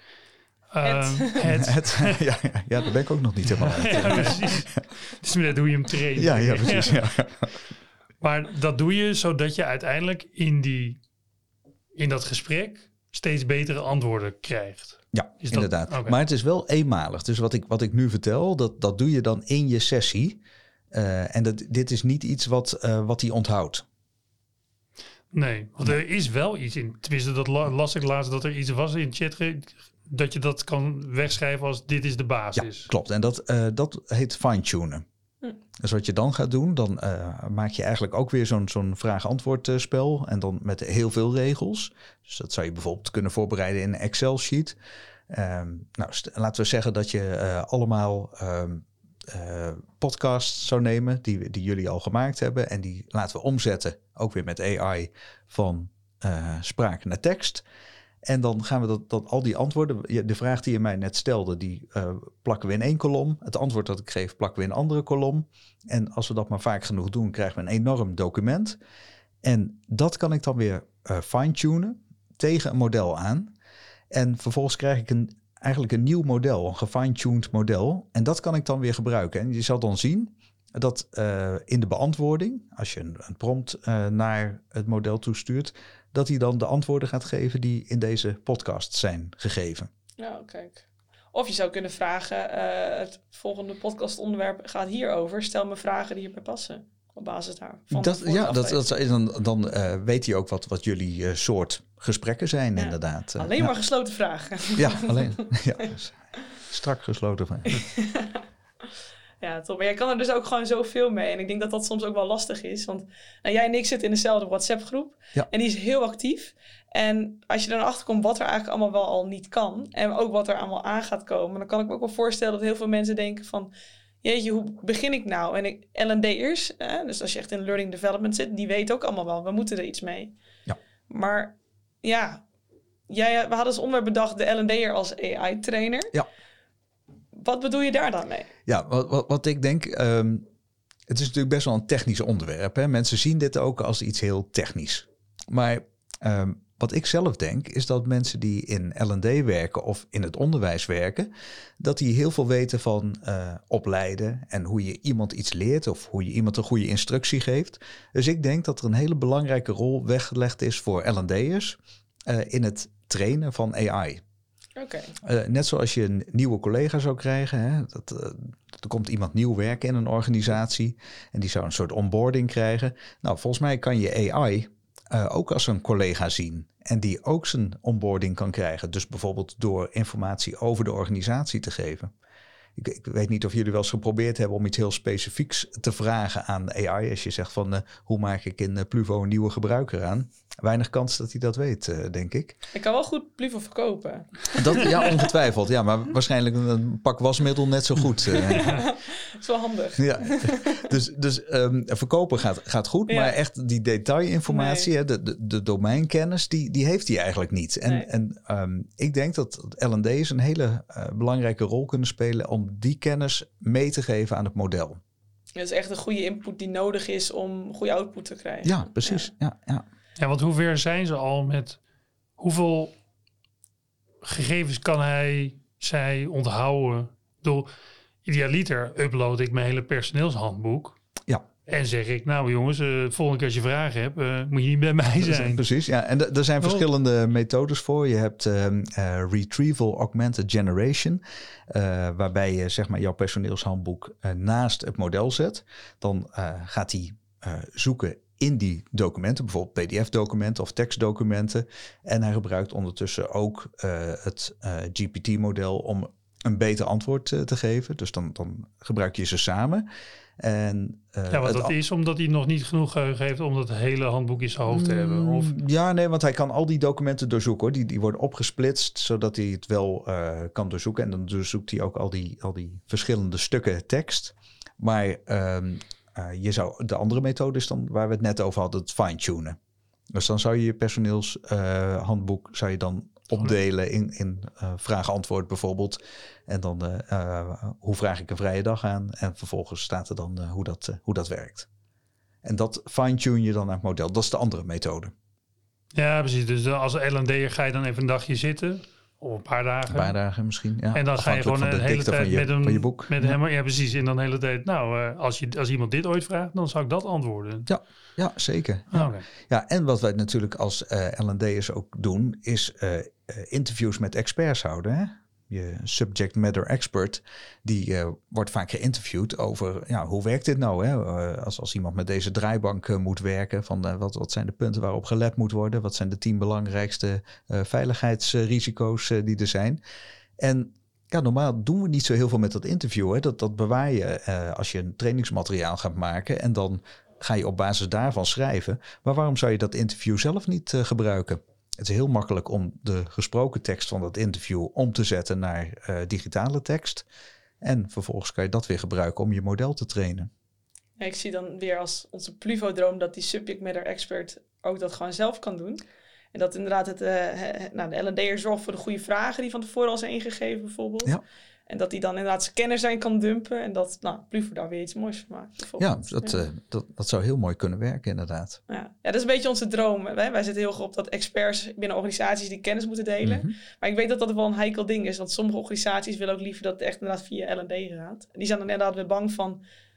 Ja, daar ben ik ook nog niet helemaal uit. Ja, precies. Dus net hoe je hem traint. Ja, precies. Ja. Maar dat doe je zodat je uiteindelijk in dat gesprek steeds betere antwoorden krijgt. Ja, inderdaad. Okay. Maar het is wel eenmalig. Dus wat ik nu vertel, dat doe je dan in je sessie. En dit is niet iets wat hij onthoudt. Nee, want er is wel iets in. Tenminste, dat las ik laatst dat er iets was in chat dat je dat kan wegschrijven als dit is de basis. Ja, klopt. En dat heet fine-tunen. Dus wat je dan gaat doen, dan maak je eigenlijk ook weer zo'n vraag-antwoord spel. En dan met heel veel regels. Dus dat zou je bijvoorbeeld kunnen voorbereiden in een Excel-sheet. Laten we zeggen dat je allemaal podcasts zou nemen die jullie al gemaakt hebben. En die laten we omzetten, ook weer met AI, van spraak naar tekst. En dan gaan we al die antwoorden, de vraag die je mij net stelde, die plakken we in 1 kolom. Het antwoord dat ik geef plakken we in een andere kolom. En als we dat maar vaak genoeg doen, krijgen we een enorm document. En dat kan ik dan weer fine-tunen tegen een model aan. En vervolgens krijg ik eigenlijk een nieuw model, een gefine-tuned model. En dat kan ik dan weer gebruiken. En je zal dan zien dat in de beantwoording, als je een prompt naar het model toestuurt, dat hij dan de antwoorden gaat geven die in deze podcast zijn gegeven. Ja, kijk. Of je zou kunnen vragen, het volgende podcastonderwerp gaat hierover. Stel me vragen die hierbij passen. Op basis daarvan. Dan weet hij ook wat jullie soort gesprekken zijn, inderdaad. Alleen maar gesloten vragen. Ja, alleen. Ja, strak gesloten vragen. Ja, top. Maar jij kan er dus ook gewoon zoveel mee. En ik denk dat dat soms ook wel lastig is. Want jij en ik zitten in dezelfde WhatsApp-groep. Ja. En die is heel actief. En als je er achter komt wat er eigenlijk allemaal wel al niet kan. En ook wat er allemaal aan gaat komen. Dan kan ik me ook wel voorstellen dat heel veel mensen denken van... Jeetje, hoe begin ik nou? En L&D'ers, dus als je echt in learning development zit... die weten ook allemaal wel, we moeten er iets mee. Ja. Maar ja, we hadden als onderwerp bedacht de L&D'er als AI-trainer. Ja. Wat bedoel je daar dan mee? Ja, wat ik denk... het is natuurlijk best wel een technisch onderwerp. Hè? Mensen zien dit ook als iets heel technisch. Maar wat ik zelf denk, is dat mensen die in L&D werken of in het onderwijs werken, dat die heel veel weten van opleiden en hoe je iemand iets leert of hoe je iemand een goede instructie geeft. Dus ik denk dat er een hele belangrijke rol weggelegd is voor L&D'ers in het trainen van AI. Okay. Net zoals je een nieuwe collega zou krijgen. Hè, er komt iemand nieuw werken in een organisatie en die zou een soort onboarding krijgen. Nou, volgens mij kan je AI ook als een collega zien en die ook zijn onboarding kan krijgen. Dus bijvoorbeeld door informatie over de organisatie te geven. Ik weet niet of jullie wel eens geprobeerd hebben om iets heel specifieks te vragen aan AI. Als je zegt van hoe maak ik in Pluvo een nieuwe gebruiker aan? Weinig kans dat hij dat weet, denk ik. Ik kan wel goed Pluvo verkopen. Ja, ongetwijfeld. Ja, maar waarschijnlijk een pak wasmiddel net zo goed. Dat is wel handig. Ja. Dus verkopen gaat goed, maar echt die detailinformatie, hè, de domeinkennis, die heeft hij eigenlijk niet. En ik denk dat L&D's een hele belangrijke rol kunnen spelen om die kennis mee te geven aan het model. Dat is echt een goede input die nodig is om goede output te krijgen. Ja, precies. Ja, want hoe ver zijn ze al met hoeveel gegevens kan zij onthouden? Idealiter upload ik mijn hele personeelshandboek. Ja. En zeg ik, nou jongens, volgende keer als je vragen hebt, moet je niet bij mij zijn. Precies, ja. En er zijn verschillende methodes voor. Je hebt Retrieval Augmented Generation, waarbij je zeg maar jouw personeelshandboek naast het model zet. Dan gaat hij zoeken in die documenten, bijvoorbeeld PDF-documenten of tekstdocumenten. En hij gebruikt ondertussen ook het GPT-model om een beter antwoord te geven. Dus dan gebruik je ze samen. En, want dat is omdat hij nog niet genoeg geheugen heeft om dat hele handboek in zijn hoofd te hebben? Of? Ja, nee, want hij kan al die documenten doorzoeken. Hoor. Die worden opgesplitst, zodat hij het wel kan doorzoeken. En dan doorzoekt hij ook al die verschillende stukken tekst. Maar de andere methode is dan, waar we het net over hadden, het fine-tunen. Dus dan zou je personeelshandboek opdelen in vraag-antwoord bijvoorbeeld. En dan hoe vraag ik een vrije dag aan? En vervolgens staat er dan hoe dat werkt. En dat fine-tune je dan naar het model. Dat is de andere methode. Ja, precies. Dus als L&D'er ga je dan even een dagje zitten. Of een paar dagen. Een paar dagen misschien, ja. En dan ga je gewoon een hele tijd van je boek. Met hem. Ja, precies. En dan de hele tijd, als iemand dit ooit vraagt, dan zou ik dat antwoorden. Ja, zeker. Ja. Okay. Ja, en wat wij natuurlijk als L&D'ers ook doen, is interviews met experts houden. Hè? Je subject matter expert, die wordt vaak geïnterviewd over hoe werkt dit nou? Hè? Als iemand met deze draaibank moet werken, van wat zijn de punten waarop gelet moet worden? Wat zijn de 10 belangrijkste veiligheidsrisico's die er zijn? En ja, normaal doen we niet zo heel veel met dat interview. Hè? Dat bewaar je als je een trainingsmateriaal gaat maken en dan ga je op basis daarvan schrijven. Maar waarom zou je dat interview zelf niet gebruiken? Het is heel makkelijk om de gesproken tekst van dat interview om te zetten naar digitale tekst. En vervolgens kan je dat weer gebruiken om je model te trainen. Ja, ik zie dan weer als onze Pluvo-droom dat die subject matter expert ook dat gewoon zelf kan doen. En dat inderdaad de L&D'er zorgt voor de goede vragen die van tevoren al zijn ingegeven bijvoorbeeld. Ja. En dat hij dan inderdaad zijn kennis zijn kan dumpen. En dat Pluvo daar weer iets moois van maakt. Ja, dat zou heel mooi kunnen werken inderdaad. Ja, dat is een beetje onze droom. Wij zitten heel erg op dat experts binnen organisaties die kennis moeten delen. Mm-hmm. Maar ik weet dat dat wel een heikel ding is. Want sommige organisaties willen ook liever dat het echt inderdaad via L&D gaat. En die zijn dan inderdaad weer bang van...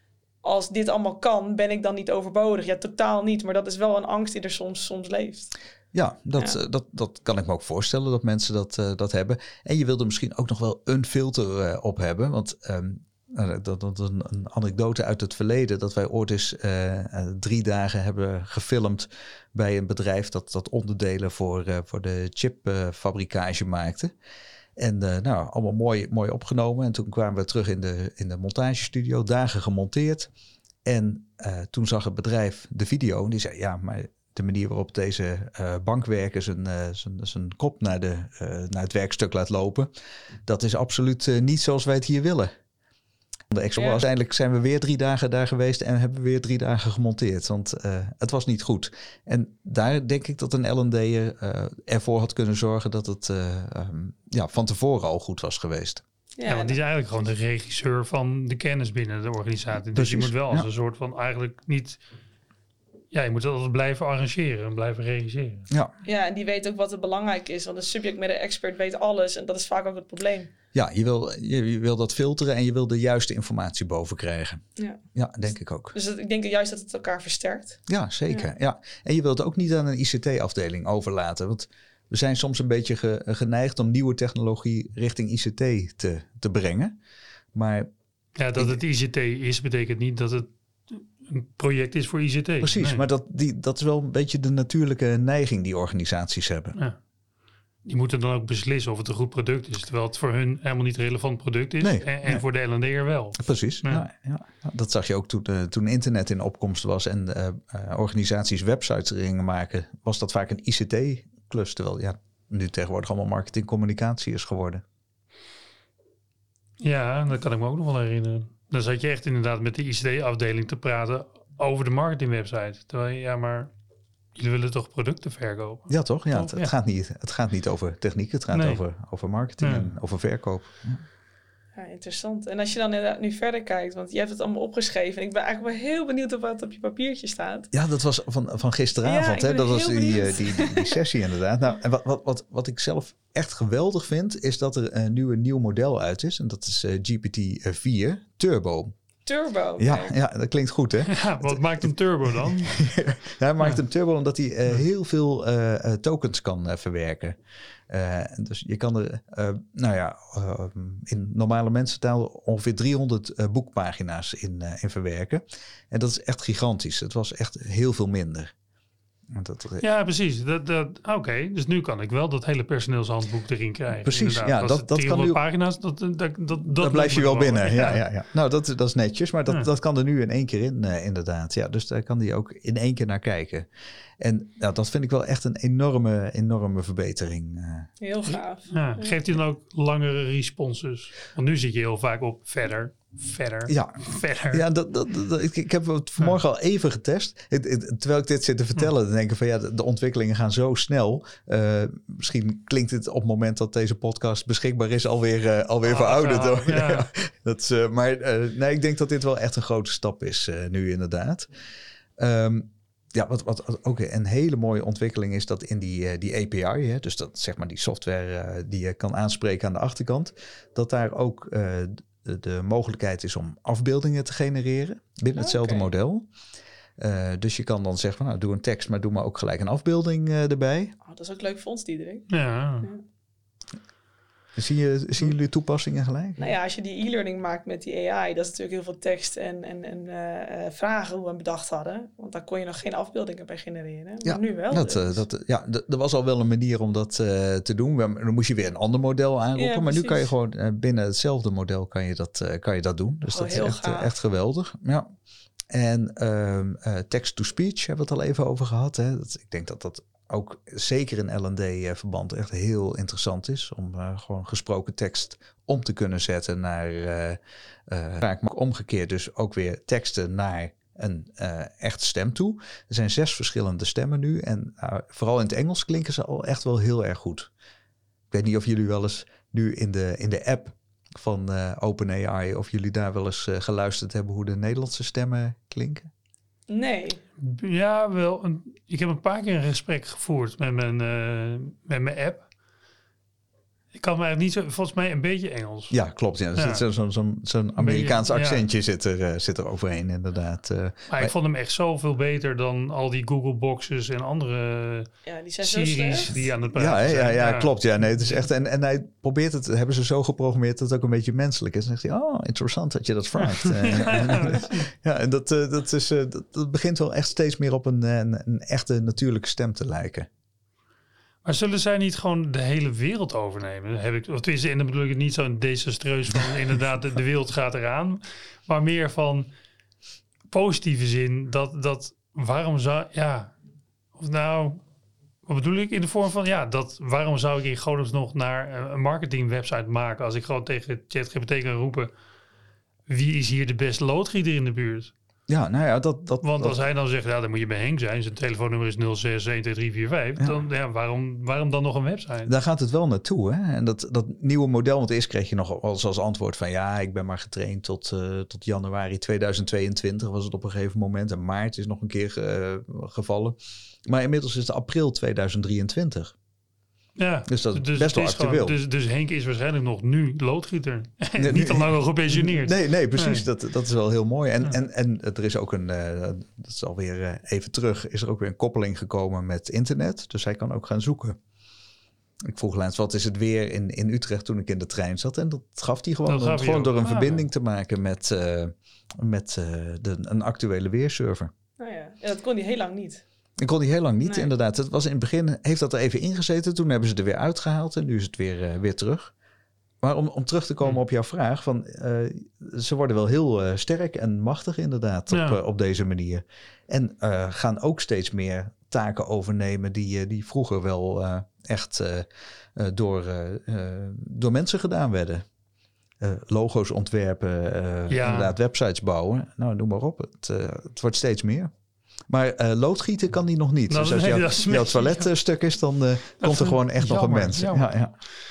als dit allemaal kan, ben ik dan niet overbodig? Ja, totaal niet. Maar dat is wel een angst die er soms leeft. Ja, dat kan ik me ook voorstellen dat mensen dat hebben. En je wilde misschien ook nog wel een filter op hebben. Want dat is een anekdote uit het verleden. Dat wij ooit eens 3 dagen hebben gefilmd bij een bedrijf dat onderdelen voor de chipfabrikage maakte. En allemaal mooi opgenomen. En toen kwamen we terug in de montagestudio, dagen gemonteerd. En toen zag het bedrijf de video en die zei, ja, maar de manier waarop deze bankwerker zijn kop naar het werkstuk laat lopen, dat is absoluut niet zoals wij het hier willen. Uiteindelijk zijn we weer 3 dagen daar geweest en hebben we weer 3 dagen gemonteerd. Want het was niet goed. En daar denk ik dat een L&D'er ervoor had kunnen zorgen dat het van tevoren al goed was geweest. Ja, want die is eigenlijk gewoon de regisseur van de kennis binnen de organisatie. Dus precies, je moet wel als een soort van eigenlijk niet... Ja, je moet altijd blijven arrangeren en blijven regisseren. Ja, en die weet ook wat er belangrijk is. Want een subject met een expert weet alles. En dat is vaak ook het probleem. Ja, je wil dat filteren en je wil de juiste informatie boven krijgen. Ja, denk ik ook. Dus ik denk juist dat het elkaar versterkt. Ja, zeker. Ja. En je wilt het ook niet aan een ICT-afdeling overlaten. Want we zijn soms een beetje geneigd om nieuwe technologie richting ICT te brengen. Maar ja, dat het ICT is, betekent niet dat het een project is voor ICT. Precies, nee. Maar dat is wel een beetje de natuurlijke neiging die organisaties hebben. Ja. Die moeten dan ook beslissen of het een goed product is. Terwijl het voor hun helemaal niet een relevant product is. Nee, en voor de L&D'er wel. Precies, ja. Dat zag je ook toen internet in opkomst was en organisaties websites gingen maken, was dat vaak een ICT-klus. Terwijl nu tegenwoordig allemaal marketing-communicatie is geworden. Ja, dat kan ik me ook nog wel herinneren. Dan zat je echt inderdaad met de ICT-afdeling te praten over de marketingwebsite. Terwijl maar jullie willen toch producten verkopen? Ja, toch? Ja, het gaat niet over techniek, het gaat over marketing en over verkoop. Ja, interessant. En als je dan inderdaad nu verder kijkt, want je hebt het allemaal opgeschreven. En ik ben eigenlijk wel heel benieuwd of wat op je papiertje staat. Ja, dat was van gisteravond. Hè? Dat was die sessie inderdaad. Nou, en wat ik zelf echt geweldig vind, is dat er een nieuw model uit is. En dat is GPT-4 Turbo. Turbo? Ja, dat klinkt goed, hè? Ja, wat maakt een turbo dan? Hij maakt hem turbo omdat hij heel veel tokens kan verwerken. Dus je kan er, in normale mensentaal ongeveer 300 boekpagina's in verwerken. En dat is echt gigantisch. Het was echt heel veel minder. Ja, precies. Oké, dus nu kan ik wel dat hele personeelshandboek erin krijgen. Precies, inderdaad. Dat kan nu. Pagina's, dat blijf je wel binnen. Ja. Nou, dat is netjes, maar dat kan er nu in 1 keer in, inderdaad. Ja, dus daar kan hij ook in 1 keer naar kijken. En dat vind ik wel echt een enorme verbetering. Heel gaaf. Ja, geeft hij dan ook langere responses? Want nu zit je heel vaak op verder. Ja, ik heb het vanmorgen al even getest. Terwijl ik dit zit te vertellen, dan denk ik van de ontwikkelingen gaan zo snel. Misschien klinkt het op het moment dat deze podcast beschikbaar is alweer verouderd. Ja. Maar ik denk dat dit wel echt een grote stap is nu inderdaad. Wat ook een hele mooie ontwikkeling is dat in die API, hè, dus dat zeg maar die software die je kan aanspreken aan de achterkant, dat daar ook de mogelijkheid is om afbeeldingen te genereren binnen hetzelfde model. Dus je kan dan zeggen van doe een tekst, maar doe maar ook gelijk een afbeelding erbij. Dat is ook leuk voor ons, Diederik. Ja. Zien jullie toepassingen gelijk? Nou ja, als je die e-learning maakt met die AI, dat is natuurlijk heel veel tekst en vragen hoe we bedacht hadden. Want daar kon je nog geen afbeeldingen bij genereren. Maar nu wel. Er was al wel een manier om dat te doen. Dan moest je weer een ander model aanroepen. Ja, maar nu kan je gewoon binnen hetzelfde model kan je dat doen. Dus dat is echt geweldig. Ja. En text-to-speech hebben we het al even over gehad. Hè? Ik denk dat ook zeker in L&D-verband echt heel interessant is om gewoon gesproken tekst om te kunnen zetten naar vaak maar omgekeerd dus ook weer teksten naar een echt stem toe. Er zijn 6 verschillende stemmen nu en vooral in het Engels klinken ze al echt wel heel erg goed. Ik weet niet of jullie wel eens nu in de app van OpenAI of jullie daar wel eens geluisterd hebben hoe de Nederlandse stemmen klinken. Nee. Ja, wel. Ik heb een paar keer een gesprek gevoerd met mijn app. Ik kan me eigenlijk niet zo... Volgens mij een beetje Engels. Ja, klopt. Ja. Er zit zo'n Amerikaans accentje zit er overheen, inderdaad. Maar ik vond hem echt zoveel beter dan al die Google Boxes en andere die zijn series die aan het praten zijn. Ja, klopt. Ja, nee, het is echt... En hij probeert het... Hebben ze zo geprogrammeerd dat het ook een beetje menselijk is. En dan zegt hij, interessant dat je dat vraagt. En dat begint wel echt steeds meer op een echte natuurlijke stem te lijken. Maar zullen zij niet gewoon de hele wereld overnemen? En dan bedoel ik het niet zo desastreus van inderdaad de wereld gaat eraan. Maar meer van positieve zin. Waarom zou... Ja, of nou... Wat bedoel ik? In de vorm van... waarom zou ik in godesnaam nog naar een marketingwebsite maken... als ik gewoon tegen ChatGPT kan roepen... wie is hier de beste loodgieter in de buurt? Ja, nou ja, Want als hij dan zegt, dan moet je bij Henk zijn. Zijn telefoonnummer is 061235. Dan, waarom dan nog een website? Daar gaat het wel naartoe, hè? En dat nieuwe model, want eerst kreeg je nog als antwoord van... ik ben maar getraind tot januari 2022 was het op een gegeven moment. En maart is nog een keer gevallen. Maar inmiddels is het april 2023. Ja, dus dat is best wel actueel. Dus Henk is waarschijnlijk nog nu loodgieter. Niet al lang al gepensioneerd. Nee, precies. Nee. Dat is wel heel mooi. En er is ook dat is alweer even terug, is er ook weer een koppeling gekomen met internet. Dus hij kan ook gaan zoeken. Ik vroeg laatst, wat is het weer in Utrecht toen ik in de trein zat? En dat gaf hij gewoon door een verbinding te maken met een actuele weerserver. Nou ja, dat kon hij heel lang niet. Ik kon die heel lang niet, inderdaad. Het was in het begin, heeft dat er even ingezeten. Toen hebben ze er weer uitgehaald en nu is het weer terug. Maar om terug te komen op jouw vraag, ze worden wel heel sterk en machtig inderdaad op deze manier. En gaan ook steeds meer taken overnemen die vroeger wel echt door mensen gedaan werden. Logo's ontwerpen, inderdaad websites bouwen. Nou, noem maar op. Het wordt steeds meer. Maar loodgieten kan die nog niet. Dus als jouw toilet stuk is, dan komt er gewoon echt nog een mens. Ja.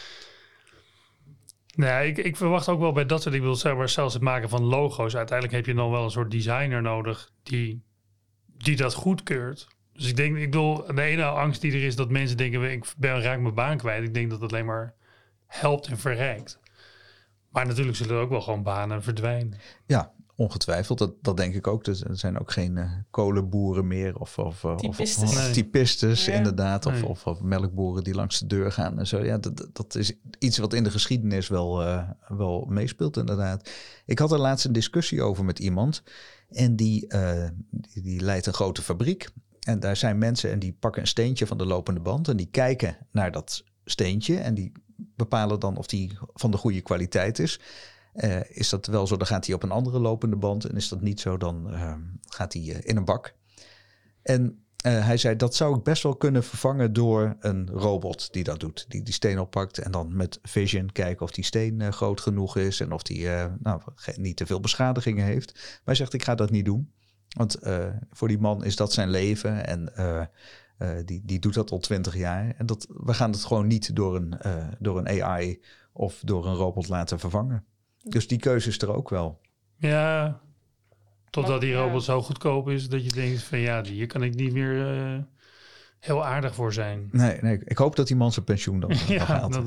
Nou, ik verwacht ook wel bij dat soort... Ik wil zeggen, zelfs het maken van logo's. Uiteindelijk heb je dan wel een soort designer nodig die dat goedkeurt. Dus ik bedoel, de ene angst die er is dat mensen denken... ik raak mijn baan kwijt. Ik denk dat dat alleen maar helpt en verrijkt. Maar natuurlijk zullen er ook wel gewoon banen verdwijnen. Ja, ongetwijfeld. Dat denk ik ook. Dus er zijn ook geen kolenboeren meer of typistes inderdaad. Of melkboeren die langs de deur gaan en zo. Ja, dat is iets wat in de geschiedenis wel meespeelt inderdaad. Ik had er laatst een discussie over met iemand. En die leidt een grote fabriek. En daar zijn mensen en die pakken een steentje van de lopende band. En die kijken naar dat steentje. En die bepalen dan of die van de goede kwaliteit is. Is dat wel zo, dan gaat hij op een andere lopende band. En is dat niet zo, dan gaat hij in een bak. En hij zei, dat zou ik best wel kunnen vervangen door een robot die dat doet. Die steen oppakt en dan met vision kijken of die steen groot genoeg is. En of die niet te veel beschadigingen heeft. Maar hij zegt, ik ga dat niet doen. Want voor die man is dat zijn leven. En die doet dat al 20 jaar. En we gaan het gewoon niet door een AI of door een robot laten vervangen. Dus die keuze is er ook wel. Ja, totdat die robot zo goedkoop is dat je denkt van hier kan ik niet meer heel aardig voor zijn. Nee, ik hoop dat die man zijn pensioen dan haalt.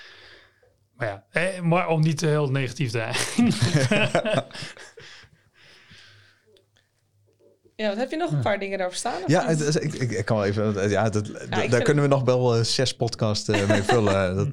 Maar om niet heel negatief te eindigen. Ja, wat heb je nog een paar dingen daarover staan? Ja, ik kan wel even... daar kunnen we nog wel 6 podcasts mee vullen.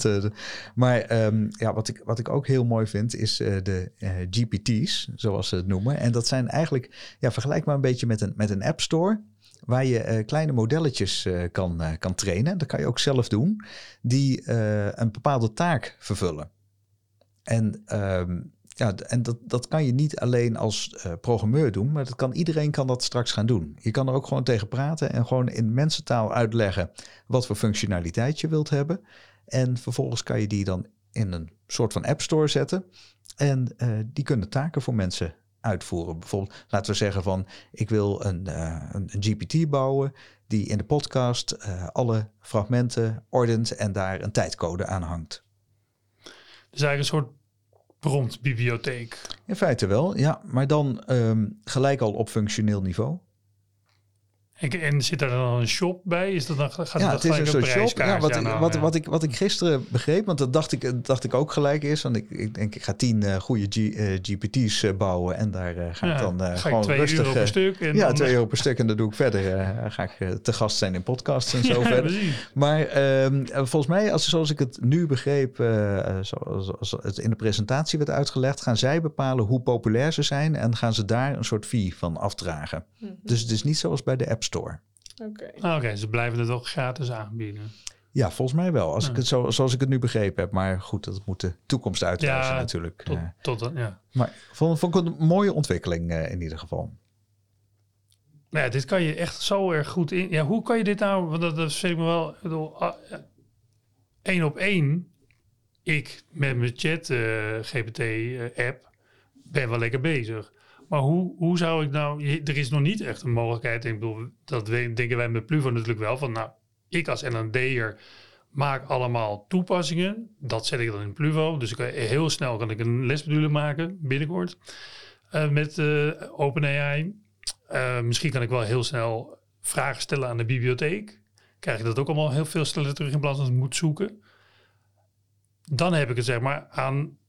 Wat ik ook heel mooi vind is de GPT's, zoals ze het noemen. En dat zijn eigenlijk, vergelijk maar een beetje met een app store... waar je kleine modelletjes kan trainen. Dat kan je ook zelf doen. Die een bepaalde taak vervullen. En dat kan je niet alleen als programmeur doen, maar iedereen kan dat straks gaan doen. Je kan er ook gewoon tegen praten en gewoon in mensentaal uitleggen wat voor functionaliteit je wilt hebben. En vervolgens kan je die dan in een soort van app store zetten. En die kunnen taken voor mensen uitvoeren. Bijvoorbeeld, laten we zeggen van, ik wil een GPT bouwen die in de podcast alle fragmenten ordent en daar een tijdcode aan hangt. Dus eigenlijk een soort promptbibliotheek. In feite wel, ja. Maar dan gelijk al op functioneel niveau. En zit daar dan een shop bij? Is dat dan, gaat ja, dat het is een soort shop. Ja, wat ik gisteren begreep, want dat dacht ik ook gelijk is. Want ik denk, ik ga 10 goede GPT's bouwen. En daar ga ik dan gewoon rustig... €2 per stuk. En ja, €2 per stuk. En dan doe ik verder. Ga ik te gast zijn in podcasts en zo verder. Precies. Maar volgens mij, zoals ik het nu begreep, zoals het in de presentatie werd uitgelegd, gaan zij bepalen hoe populair ze zijn en gaan ze daar een soort fee van afdragen. Mm-hmm. Dus het is niet zoals bij de App Store. Oké, ze blijven het ook gratis aanbieden. Ja, volgens mij wel. Ik het zoals ik het nu begrepen heb. Maar goed, dat moet de toekomst uitwijzen natuurlijk. Maar vond ik een mooie ontwikkeling in ieder geval. Ja, dit kan je echt zo erg goed in. Ja, hoe kan je dit nou? Want dat vind ik me wel. Ik bedoel, 1 op 1. Ik met mijn chat GPT app ben wel lekker bezig. Maar hoe zou ik nou... Er is nog niet echt een mogelijkheid. Ik bedoel, dat denken wij met Pluvo natuurlijk wel. Van nou, ik als L&D'er maak allemaal toepassingen. Dat zet ik dan in Pluvo. Dus heel snel kan ik een lesmodule maken binnenkort. Met OpenAI. Misschien kan ik wel heel snel vragen stellen aan de bibliotheek. Krijg ik dat ook allemaal heel veel sneller terug in plaats van het moet zoeken. Dan heb ik het zeg maar aan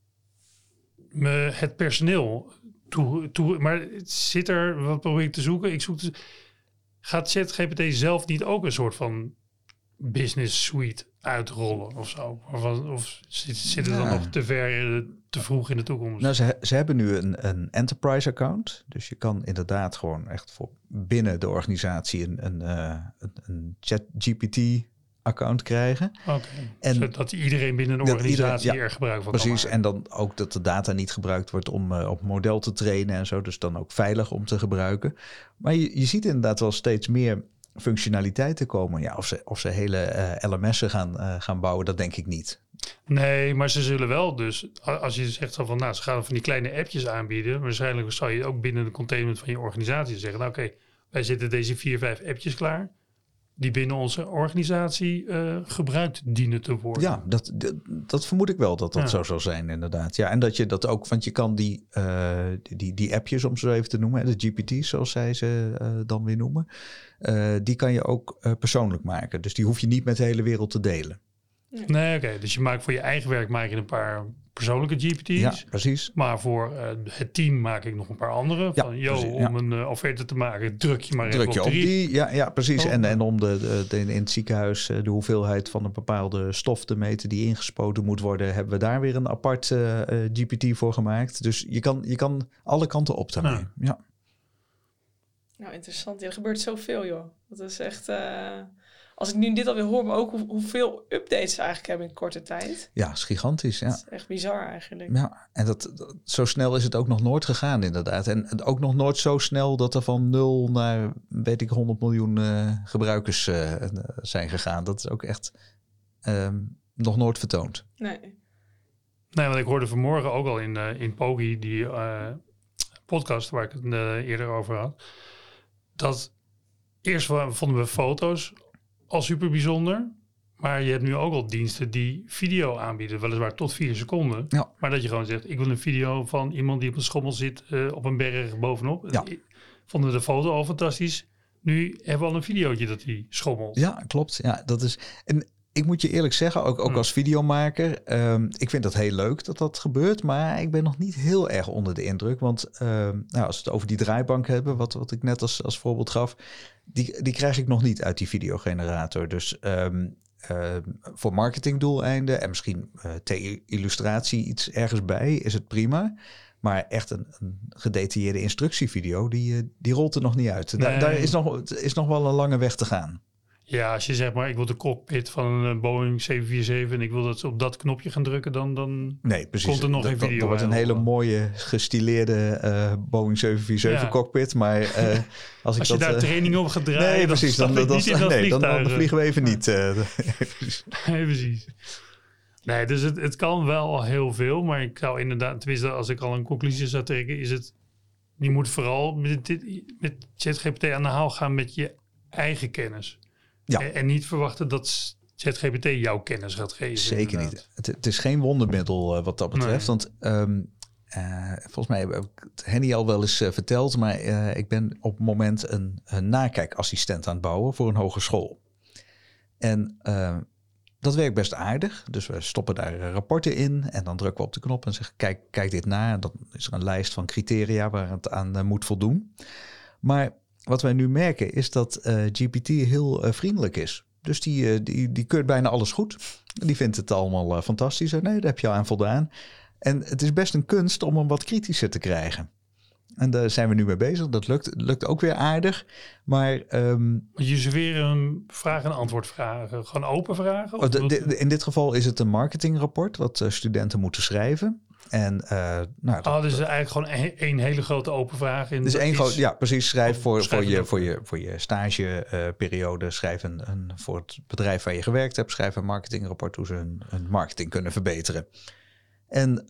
het personeel maar zit er, wat probeer ik te zoeken? Gaat ChatGPT zelf niet ook een soort van business suite uitrollen of zo? Of zit het dan nog te vroeg in de toekomst? Nou, ze hebben nu een enterprise account. Dus je kan inderdaad gewoon echt voor binnen de organisatie een ChatGPT account krijgen. En zodat iedereen binnen een organisatie er gebruik van kan maken. Precies, en dan ook dat de data niet gebruikt wordt om op model te trainen en zo. Dus dan ook veilig om te gebruiken. Maar je ziet inderdaad wel steeds meer functionaliteiten komen. Ja, of ze hele LMS'en gaan bouwen, dat denk ik niet. Nee, maar ze zullen wel dus, als je zegt zo van, nou, ze gaan van die kleine appjes aanbieden. Waarschijnlijk zou je ook binnen de containment van je organisatie zeggen, nou oké, wij zetten deze 4-5 appjes klaar. Die binnen onze organisatie gebruikt dienen te worden. Ja, dat vermoed ik wel dat zo zal zijn inderdaad. Ja, en dat je dat ook, want je kan die appjes, om zo even te noemen, de GPT's zoals zij ze dan weer noemen, die kan je ook persoonlijk maken. Dus die hoef je niet met de hele wereld te delen. Nee, oké. Dus je maakt voor je eigen werk maak je een paar persoonlijke GPT's. Ja, precies. Maar voor het team maak ik nog een paar andere. Ja, van, om een offerte te maken, druk je maar even op 3. Ja, precies. Oh. En om in het ziekenhuis de hoeveelheid van een bepaalde stof te meten die ingespoten moet worden, hebben we daar weer een apart GPT voor gemaakt. Dus je kan alle kanten op daarmee. Ja. Nou, interessant. Ja, er gebeurt zoveel, joh. Dat is echt... Als ik nu dit alweer hoor, maar ook hoeveel updates ze eigenlijk hebben in korte tijd. Ja, is gigantisch. Ja. Dat is echt bizar eigenlijk. Ja, en zo snel is het ook nog nooit gegaan inderdaad. En ook nog nooit zo snel dat er van 0 naar, weet ik, 100 miljoen gebruikers zijn gegaan. Dat is ook echt nog nooit vertoond. Nee, want ik hoorde vanmorgen ook al in Pogi, die podcast waar ik het eerder over had, dat eerst vonden we foto's al super bijzonder. Maar je hebt nu ook al diensten die video aanbieden. Weliswaar tot 4 seconden. Ja. Maar dat je gewoon zegt, ik wil een video van iemand die op een schommel zit op een berg bovenop. Ja. Vonden we de foto al fantastisch. Nu hebben we al een videootje dat die schommelt. Ja, klopt. Ja, dat is... En ik moet je eerlijk zeggen, ook als videomaker, ik vind dat heel leuk dat gebeurt. Maar ik ben nog niet heel erg onder de indruk. Want als we het over die draaibank hebben, wat ik net als voorbeeld gaf, die krijg ik nog niet uit die videogenerator. Dus voor marketingdoeleinden en misschien ter illustratie iets ergens bij, is het prima. Maar echt een gedetailleerde instructievideo, die rolt er nog niet uit. Nee. Daar is nog wel een lange weg te gaan. Ja, als je zegt maar, ik wil de cockpit van een Boeing 747 en ik wil dat ze op dat knopje gaan drukken, dan komt er nog een video. Er wordt een hele mooie gestileerde Boeing 747 cockpit, maar als je daar training op gaat draaien, nee, precies, dan vliegen we even niet. Nee, precies. Nee, dus het kan wel heel veel, maar ik zou inderdaad, tenminste als ik al een conclusie zou trekken, is het, je moet vooral met ChatGPT aan de haal gaan met je eigen kennis. Ja. En niet verwachten dat ChatGPT jouw kennis gaat geven. Zeker inderdaad niet. Het is geen wondermiddel wat dat betreft. Nee. Want Volgens mij heb ik het Henny al wel eens verteld, maar ik ben op het moment een nakijkassistent aan het bouwen voor een hogeschool. En dat werkt best aardig. Dus we stoppen daar rapporten in en dan drukken we op de knop en zeggen kijk dit na. En dan is er een lijst van criteria waar het aan moet voldoen. Maar wat wij nu merken is dat GPT heel vriendelijk is. Dus die keurt bijna alles goed. Die vindt het allemaal fantastisch. Nee, daar heb je al aan voldaan. En het is best een kunst om hem wat kritischer te krijgen. En daar zijn we nu mee bezig. Dat lukt ook weer aardig. Maar je serveren een vraag- en antwoordvragen. Gewoon open vragen? In dit geval is het een marketingrapport wat studenten moeten schrijven. En, dus eigenlijk gewoon één hele grote open vraag. Ja, precies. Schrijf voor je stageperiode. Schrijf voor het bedrijf waar je gewerkt hebt. Schrijf een marketingrapport hoe ze hun marketing kunnen verbeteren. En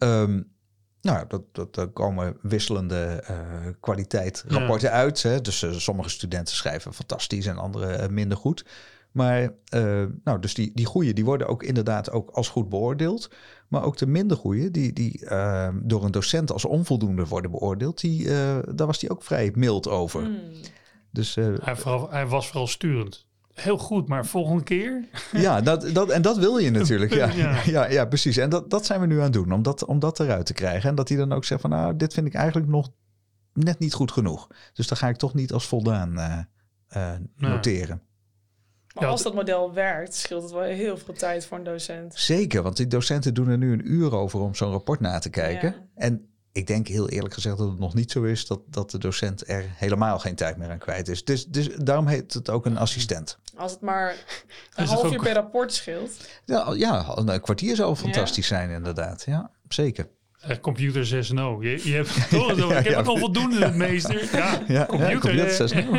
daar komen wisselende kwaliteit rapporten uit. Hè? Dus sommige studenten schrijven fantastisch en andere minder goed. Maar dus die goeie, die worden ook inderdaad ook als goed beoordeeld. Maar ook de minder goeie, die door een docent als onvoldoende worden beoordeeld, daar was die ook vrij mild over. Dus, hij was vooral sturend. Heel goed, maar volgende keer? Ja, dat wil je natuurlijk. Ja, precies. En dat zijn we nu aan het doen, om dat eruit te krijgen. En dat hij dan ook zegt van, dit vind ik eigenlijk nog net niet goed genoeg. Dus dan ga ik toch niet als voldaan noteren. Maar als dat model werkt, scheelt het wel heel veel tijd voor een docent. Zeker, want die docenten doen er nu een uur over om zo'n rapport na te kijken. Ja. En ik denk heel eerlijk gezegd dat het nog niet zo is dat de docent er helemaal geen tijd meer aan kwijt is. Dus daarom heet het ook een assistent. Als het maar een half uur per rapport scheelt. Ja, een kwartier zou fantastisch zijn inderdaad. Ja, zeker. Computer 6.0. Je hebt toch zo. Ik heb het al voldoende, meester. Ja, computer 6.0.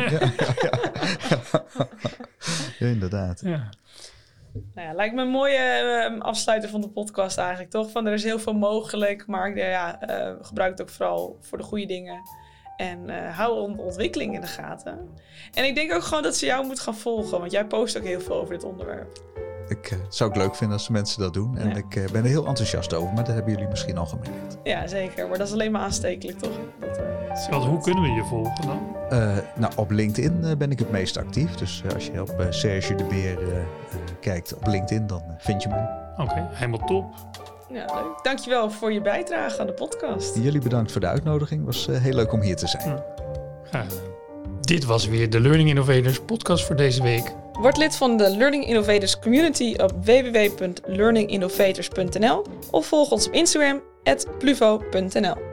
Ja, inderdaad. Ja. Nou ja, lijkt me een mooie afsluiter van de podcast eigenlijk, toch? Van er is heel veel mogelijk, maar gebruik het ook vooral voor de goede dingen. En hou de ontwikkeling in de gaten. En ik denk ook gewoon dat ze jou moet gaan volgen, want jij post ook heel veel over dit onderwerp. Het zou ik leuk vinden als mensen dat doen. En ik ben er heel enthousiast over, maar dat hebben jullie misschien al gemerkt. Ja, zeker. Maar dat is alleen maar aanstekelijk, toch? Hoe kunnen we je volgen dan? Op LinkedIn ben ik het meest actief. Dus als je op Serge de Beer kijkt op LinkedIn, dan vind je mij. Oké, helemaal top. Ja, leuk. Dankjewel voor je bijdrage aan de podcast. Jullie bedankt voor de uitnodiging. Het was heel leuk om hier te zijn. Graag gedaan. Dit was weer de Learning Innovators podcast voor deze week. Word lid van de Learning Innovators community op www.learninginnovators.nl of volg ons op Instagram @pluvo.nl.